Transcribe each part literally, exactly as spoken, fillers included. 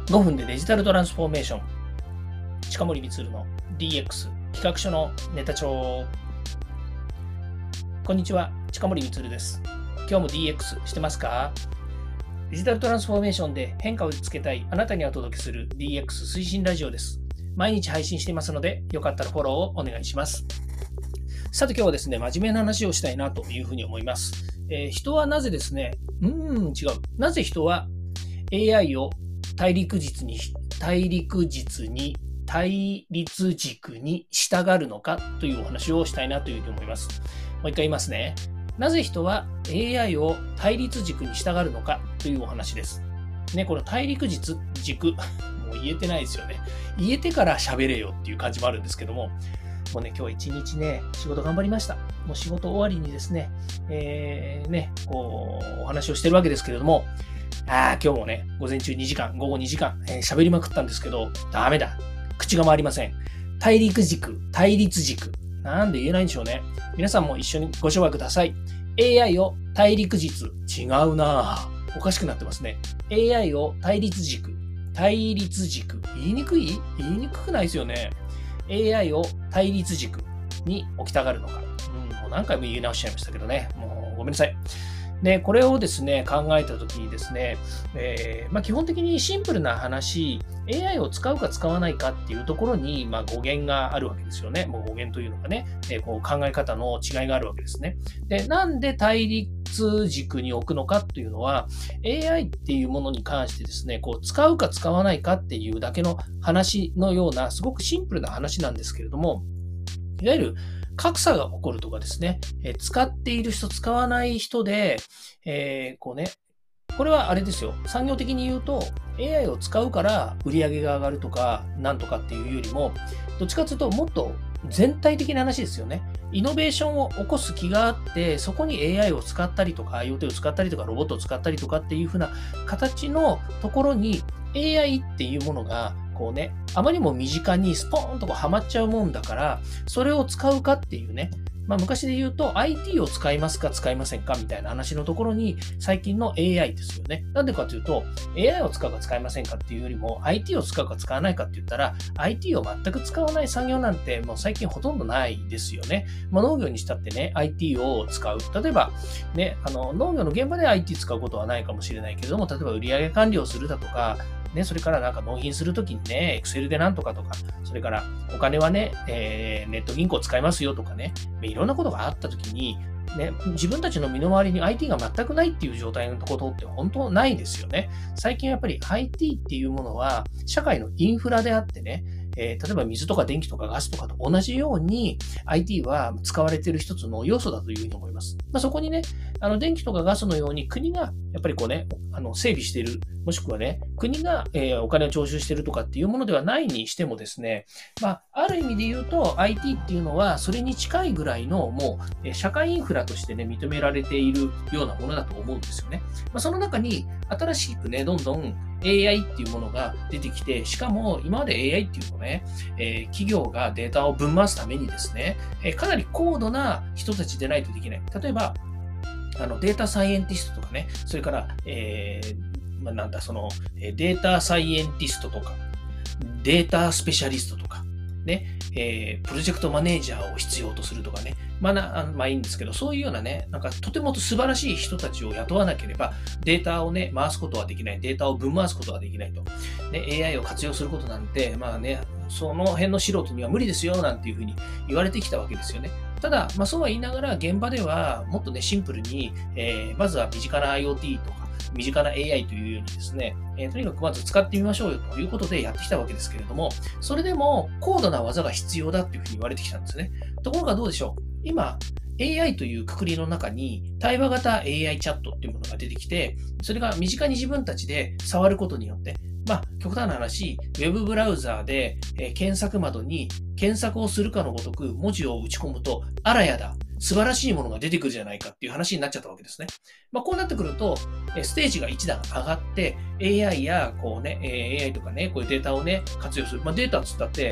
ごふんでデジタルトランスフォーメーション。近森光の ディーエックス 企画書のネタ帳。こんにちは、近森光です。今日も ディーエックス してますか？デジタルトランスフォーメーションで変化をつけたいあなたにお届けする ディーエックス 推進ラジオです。毎日配信していますので、よかったらフォローをお願いします。さて今日はですね、真面目な話をしたいなというふうに思います。えー、人はなぜですね、うーん、違う。なぜ人は エーアイ を対立軸に、対立軸に、対立軸に従うのかというお話をしたいなというふうに思います。もう一回言いますね。なぜ人は エーアイ を対立軸に従うのかというお話です。ね、この対立軸、軸、もう言えてないですよね。言えてから喋れよっていう感じもあるんですけども、もうね、今日一日ね、仕事頑張りました。もう仕事終わりにですね、えー、ね、こう、お話をしてるわけですけれども、ああ、今日もね、午前中にじかん、午後にじかん、えー、喋りまくったんですけど、ダメだ。口が回りません。対立軸、対立軸。なんで言えないんでしょうね。皆さんも一緒にご唱和ください。エーアイ を対立軸。違うなぁ。おかしくなってますね。エーアイ を対立軸。対立軸。言いにくい？言いにくくないですよね。エーアイ を対立軸に置きたがるのか。うん、もう何回も言い直しちゃいましたけどね。もうごめんなさい。で、これをですね、考えたときにですね、えーまあ、基本的にシンプルな話、エーアイ を使うか使わないかっていうところに、まあ、語源があるわけですよね。もう語源というのがね、えー、こう考え方の違いがあるわけですね。で、なんで対立軸に置くのかっていうのは、エーアイ っていうものに関してですね、こう使うか使わないかっていうだけの話のような、すごくシンプルな話なんですけれども、いわゆる格差が起こるとかですね、えー、使っている人、使わない人で、えー、こうね、これはあれですよ、産業的に言うと、エーアイ を使うから売り上げが上がるとか、なんとかっていうよりも、どっちかというと、もっと全体的な話ですよね。イノベーションを起こす気があって、そこに エーアイ を使ったりとか、IoT を使ったりとか、ロボットを使ったりとかっていう風な形のところに、エーアイ っていうものが、こうね、あまりにも身近にスポーンとこうはまっちゃうもんだから、それを使うかっていうね、まあ昔で言うと アイティー を使いますか使いませんかみたいな話のところに最近の エーアイ ですよね。なんでかというと エーアイ を使うか使いませんかっていうよりも アイティー を使うか使わないかって言ったら アイティー を全く使わない産業なんてもう最近ほとんどないですよね。まあ農業にしたってね アイティー を使う。例えばね、あの農業の現場で アイティー 使うことはないかもしれないけれども、例えば売上管理をするだとか、ね、それからなんか納品するときにね、Excel でなんとかとか、それからお金はね、えー、ネット銀行使いますよとかね、いろんなことがあったときに、ね、自分たちの身の回りに アイティー が全くないっていう状態のことって本当ないですよね。最近やっぱり アイティー っていうものは社会のインフラであってね、えー、例えば水とか電気とかガスとかと同じように アイティー は使われている一つの要素だというふうに思います。まあ、そこにね、あの電気とかガスのように国がやっぱりこうね、あの整備している、もしくはね、国が、えー、お金を徴収しているとかっていうものではないにしてもですね、まあ、ある意味で言うと アイティー っていうのはそれに近いぐらいのもう、えー、社会インフラとしてね、認められているようなものだと思うんですよね。まあ、その中に新しくね、どんどん エーアイ っていうものが出てきて、しかも今まで エーアイ っていうとね、えー、企業がデータを分回すためにですね、えー、かなり高度な人たちでないとできない。例えば、あのデータサイエンティストとかね、それから、えーまあ、なんだ、そのデータサイエンティストとか、データスペシャリストとか、ね、えー、プロジェクトマネージャーを必要とするとかね、まあな、あまあいいんですけど、そういうようなね、なんかとても素晴らしい人たちを雇わなければ、データをね、回すことはできない、データを分回すことはできないと。ね、エーアイ を活用することなんて、まあね、その辺の素人には無理ですよ、なんていうふうに言われてきたわけですよね。ただ、まあそうは言いながら、現場ではもっとね、シンプルに、えー、まずは身近な IoT とか、身近な エーアイ というようにですね、えー、とにかくまず使ってみましょうよということでやってきたわけですけれども、それでも高度な技が必要だっていうふうに言われてきたんですね。ところがどうでしょう。今、エーアイ という括りの中に対話型 エーアイ チャットっていうものが出てきて、それが身近に自分たちで触ることによって、まあ、極端な話、ウェブブラウザーで、えー、検索窓に検索をするかのごとく文字を打ち込むと、あらやだ、素晴らしいものが出てくるじゃないかっていう話になっちゃったわけですね。まあ、こうなってくると、ステージが一段上がって、エーアイ やこうね、エーアイ とかね、こういうデータをね、活用する。まあ、データっつったって、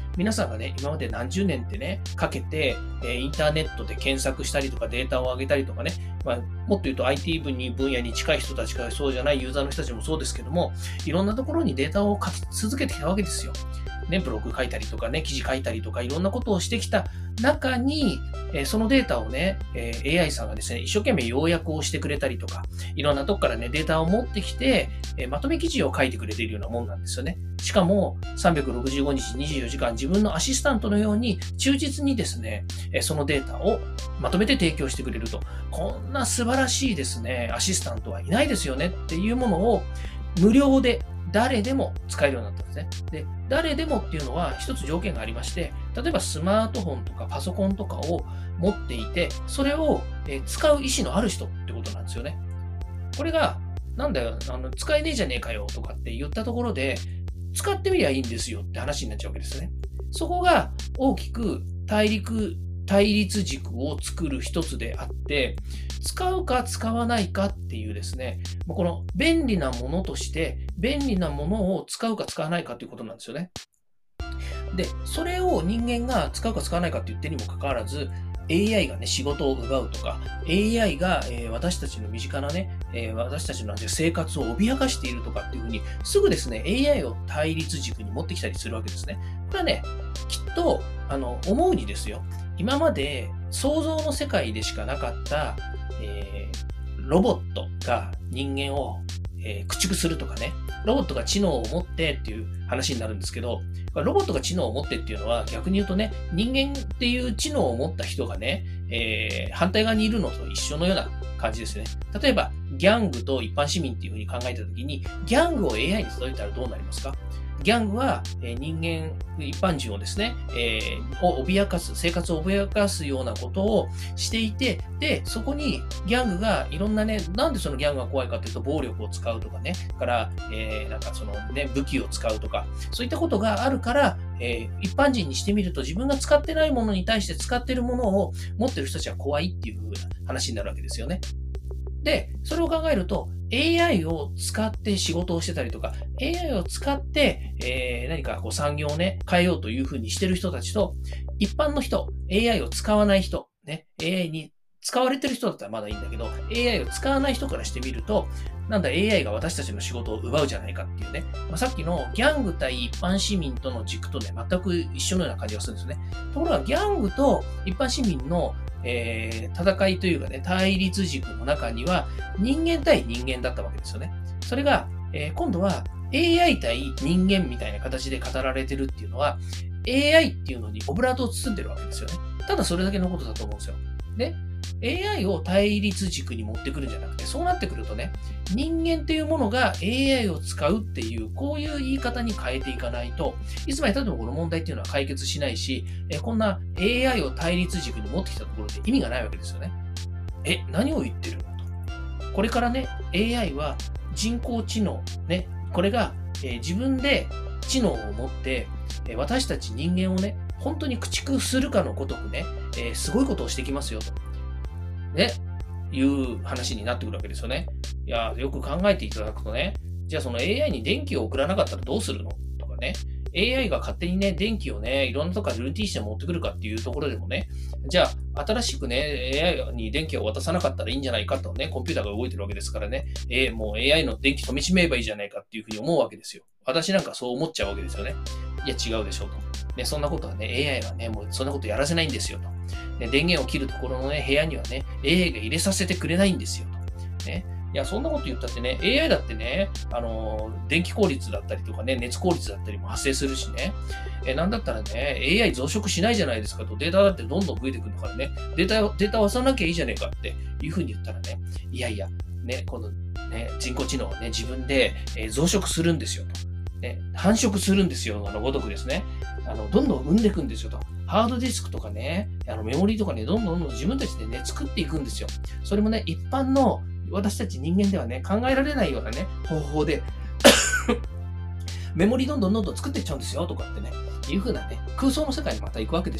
皆さんがね、今まで何十年ってね、かけて、えインターネットで検索したりとかデータを上げたりとかね、まあ、もっと言うと アイティー 分に分野に近い人たちからそうじゃないユーザーの人たちもそうですけども、いろんなところにデータを書き続けてきたわけですよ。ね、ブログ書いたりとかね、記事書いたりとか、いろんなことをしてきた中に、えー、そのデータをね、えー、エーアイ さんがですね、一生懸命要約をしてくれたりとか、いろんなとこからね、データを持ってきて、えー、まとめ記事を書いてくれているようなもんなんですよね。しかも、さんびゃくろくじゅうごにちにじゅうよじかん自分のアシスタントのように忠実にですね、えそのデータをまとめて提供してくれると。こんな素晴らしいですね、アシスタントはいないですよねっていうものを無料で誰でも使えるようになったんですね。で、誰でもっていうのは一つ条件がありまして、例えばスマートフォンとかパソコンとかを持っていて、それを使う意思のある人ってことなんですよね。これが、なんだよ、あの使えねえじゃねえかよとかって言ったところで、使ってみりゃいいんですよって話になっちゃうわけですね。そこが大きく対立、対立軸を作る一つであって、使うか使わないかっていうですね、この便利なものとして、便利なものを使うか使わないかということなんですよね。で、それを人間が使うか使わないかって言ってるにもかかわらず、エーアイ がね、仕事を奪うとか、エーアイ が、えー、私たちの身近なね、えー、私たちの生活を脅かしているとかっていうふうに、すぐですね、エーアイ を対立軸に持ってきたりするわけですね。これはね、きっと、あの、思うにですよ、今まで想像の世界でしかなかった、えー、ロボットが人間を、えー、駆逐するとかね、ロボットが知能を持ってっていう話になるんですけど、ロボットが知能を持ってっていうのは逆に言うとね、人間っていう知能を持った人がね、えー、反対側にいるのと一緒のような感じですね。例えば、ギャングと一般市民っていうふうに考えたときに、ギャングを エーアイ に届いたらどうなりますか？ギャングは、えー、人間、一般人をですね、えー、を脅かす、生活を脅かすようなことをしていて、で、そこにギャングがいろんなね、なんでそのギャングが怖いかというと、暴力を使うとかね、から、えー、なんかそのね、武器を使うとか、そういったことがあるから、えー、一般人にしてみると自分が使ってないものに対して使ってるものを持ってる人たちは怖いっていう風な話になるわけですよね。で、それを考えると、エーアイ を使って仕事をしてたりとか、エーアイ を使って、えー、何かこう産業をね、変えようというふうにしてる人たちと、一般の人、エーアイ を使わない人、ね、エーアイ に使われてる人だったらまだいいんだけど、エーアイ を使わない人からしてみると、なんだ エーアイ が私たちの仕事を奪うじゃないかっていうね、まあ、さっきのギャング対一般市民との軸とね、全く一緒のような感じがするんですね。ところがギャングと一般市民のえー、戦いというかね、対立軸の中には人間対人間だったわけですよね。それが、えー、今度は エーアイ 対人間みたいな形で語られてるっていうのは エーアイ っていうのにオブラートを包んでるわけですよね。ただそれだけのことだと思うんですよ。で、エーアイ を対立軸に持ってくるんじゃなくて、そうなってくるとね、人間っていうものが エーアイ を使うっていう、こういう言い方に変えていかないと、いつまで経ってもこの問題っていうのは解決しないし、えこんな エーアイ を対立軸に持ってきたところで意味がないわけですよね。え、何を言ってるのと。これからね、エーアイ は人工知能、ね、これが、えー、自分で知能を持って、えー、私たち人間をね、本当に駆逐するかのごとくね、えー、すごいことをしてきますよと。ね、いう話になってくるわけですよね。いや、よく考えていただくとね、じゃあその エーアイ に電気を送らなかったらどうするのとかね、エーアイ が勝手にね、電気をね、いろんなとこからルーティンして持ってくるかっていうところでもね、じゃあ新しくね、エーアイ に電気を渡さなかったらいいんじゃないかとね、コンピューターが動いてるわけですからね、えー、もう エーアイ の電気止めちめえばいいじゃないかっていうふうに思うわけですよ。私なんかそう思っちゃうわけですよね。いや違うでしょうと。ね、そんなことはね、エーアイ はね、もうそんなことやらせないんですよと。ね、電源を切るところのね、部屋にはね、エーアイ が入れさせてくれないんですよと。ね、いや、そんなこと言ったってね、エーアイ だってね、あのー、電気効率だったりとかね、熱効率だったりも発生するしね、えなんだったらね、エーアイ 増殖しないじゃないですかと、データだってどんどん増えてくるからね、データを、データを渡さなきゃいいじゃねえかっていうふうに言ったらね、いやいや、ね、このね、人工知能をね、自分で、えー、増殖するんですよと。ね、繁殖するんですよ、あのごとくですね。あの、どんどん生んでいくんですよと。ハードディスクとかね、あのメモリーとかね、どんどんどんどん自分たちでね、作っていくんですよ。それもね、一般の私たち人間ではね、考えられないようなね、方法で、メモリーどんどんどんどん作っていっちゃうんですよ、とかってね、いう風なね、空想の世界にまた行くわけですよね。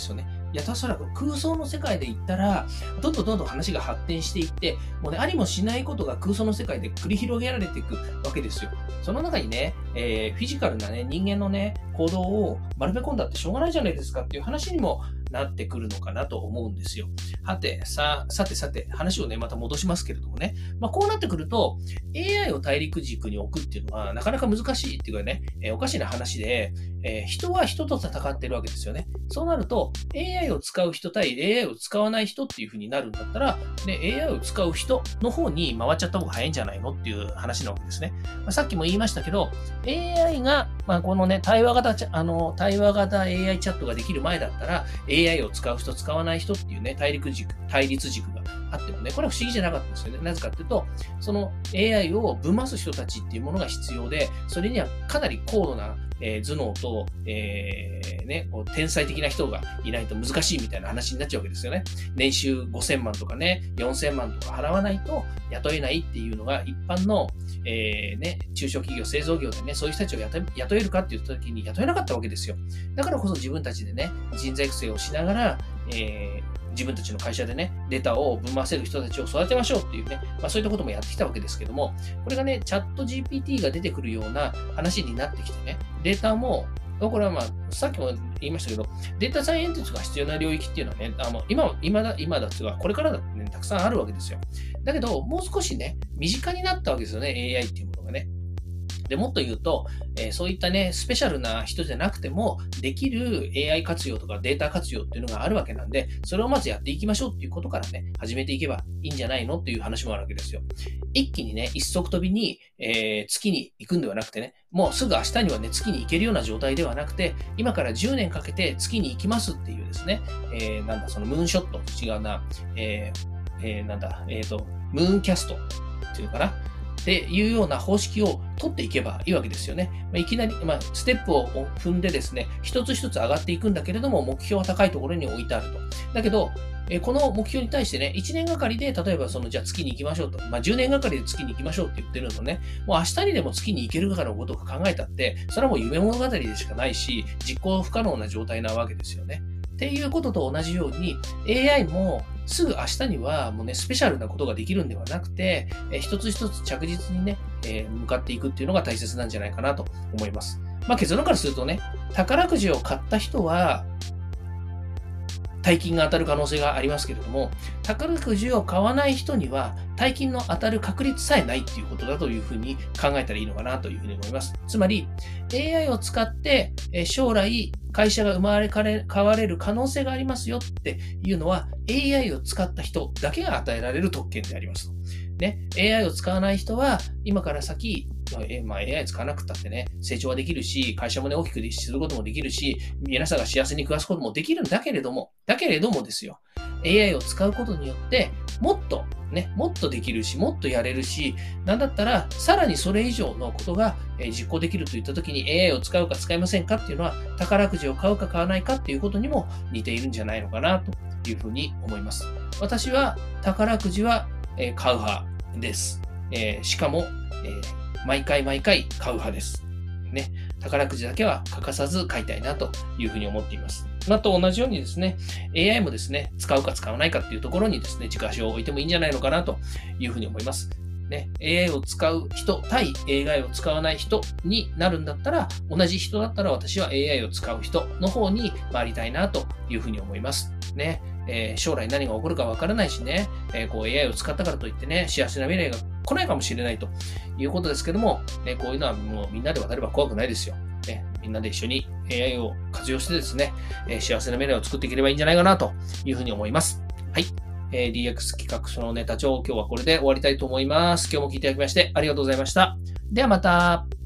いや、おそらく空想の世界で言ったら、どんどんどんどん話が発展していって、もうね、ありもしないことが空想の世界で繰り広げられていくわけですよ。その中にね、えー、フィジカルなね、人間のね、行動を丸め込んだってしょうがないじゃないですかっていう話にもなってくるのかなと思うんですよ。はて、さ、さてさて、話をね、また戻しますけれどもね、まあ、こうなってくると、エーアイ を大陸軸に置くっていうのは、なかなか難しいっていうかね、えー、おかしな話で、えー、人は人と戦ってるわけですよね。そうなると、エーアイ を使う人対 エーアイ を使わない人っていう風になるんだったら、ね、エーアイ を使う人の方に回っちゃった方が早いんじゃないのっていう話なわけですね。まあ、さっきも言いましたけど、エーアイ が、まあ、このね、対話型、あの、対話型 エーアイ チャットができる前だったら、エーアイ を使う人、使わない人っていうね、大陸軸、対立軸があってもね、これは不思議じゃなかったんですよね。なぜかっていうと、その エーアイ をぶん回す人たちっていうものが必要で、それにはかなり高度なえー、頭脳と、えーね、こう天才的な人がいないと難しいみたいな話になっちゃうわけですよね。年収ごせんまんとかね、よんせんまんとか払わないと雇えないっていうのが一般の、えーね、中小企業、製造業でね、そういう人たちを雇雇えるかって言った時に雇えなかったわけですよ。だからこそ自分たちでね、人材育成をしながら、えー自分たちの会社でね、データをぶん回せる人たちを育てましょうっていうね、まあそういったこともやってきたわけですけども、これがね、チャット ジーピーティー が出てくるような話になってきてね、データも、これはまあ、さっきも言いましたけど、データサイエンティストが必要な領域っていうのはね、あの今、今だ、今だっては、これからだってね、たくさんあるわけですよ。だけど、もう少しね、身近になったわけですよね、エーアイ っていうものがね。でもっと言うと、えー、そういったね、スペシャルな人じゃなくても、できる エーアイ 活用とかデータ活用っていうのがあるわけなんで、それをまずやっていきましょうっていうことからね、始めていけばいいんじゃないのっていう話もあるわけですよ。一気にね、一足飛びに、えー、月に行くんではなくてね、もうすぐ明日にはね、月に行けるような状態ではなくて、今からじゅうねんかけて月に行きますっていうですね、えー、なんだ、そのムーンショット、違うな、えーえー、なんだ、えっと、ムーンキャストっていうのかな。っていうような方式を取っていけばいいわけですよね。まあ、いきなり、まあ、ステップを踏んでですね、一つ一つ上がっていくんだけれども、目標は高いところに置いてあると。だけど、えこの目標に対してね、いちねんがかりで、例えばその、じゃあ月に行きましょうと。まあ、じゅうねんがかりで月に行きましょうって言ってるのね、もう明日にでも月に行けるかのことを考えたって、それはもう夢物語でしかないし、実行不可能な状態なわけですよね。っていうことと同じように、エーアイ もすぐ明日にはもうね、スペシャルなことができるんではなくて、え一つ一つ着実にね、えー、向かっていくっていうのが大切なんじゃないかなと思います。まあ結論からするとね、宝くじを買った人は、大金が当たる可能性がありますけれども、宝くじを買わない人には大金の当たる確率さえないっていうことだというふうに考えたらいいのかなというふうに思います。つまり、エーアイ を使って将来会社が生まれ変われる可能性がありますよっていうのは エーアイ を使った人だけが与えられる特権であります。ね、エーアイ を使わない人は今から先、えまあ、エーアイ 使わなくたってね、成長はできるし、会社もね、大きくすることもできるし、皆さんが幸せに暮らすこともできるんだけれども、だけれどもですよ、エーアイ を使うことによって、もっとね、もっとできるし、もっとやれるし、なんだったら、さらにそれ以上のことが実行できるといったときに エーアイ を使うか使いませんかっていうのは、宝くじを買うか買わないかっていうことにも似ているんじゃないのかなというふうに思います。私は宝くじは買う派です。えー、しかも、えー毎回毎回買う派です。ね。宝くじだけは欠かさず買いたいなというふうに思っています。まあ、と同じようにですね、エーアイ もですね、使うか使わないかっていうところにですね、軸足を置いてもいいんじゃないのかなというふうに思います。ね、エーアイ を使う人対 エーアイ を使わない人になるんだったら、同じ人だったら私は エーアイ を使う人の方に回りたいなというふうに思います。ね。えー、将来何が起こるかわからないしね、えー、こう エーアイ を使ったからといってね、幸せな未来が来ないかもしれないということですけども、ね、こういうのはもうみんなで渡れば怖くないですよ。ね、みんなで一緒に エーアイ を活用してですね、えー、幸せな未来を作っていければいいんじゃないかなというふうに思います。はい。えー、ディーエックス 企画書のネタ帳、今日はこれで終わりたいと思います。今日も聞いていただきましてありがとうございました。ではまた。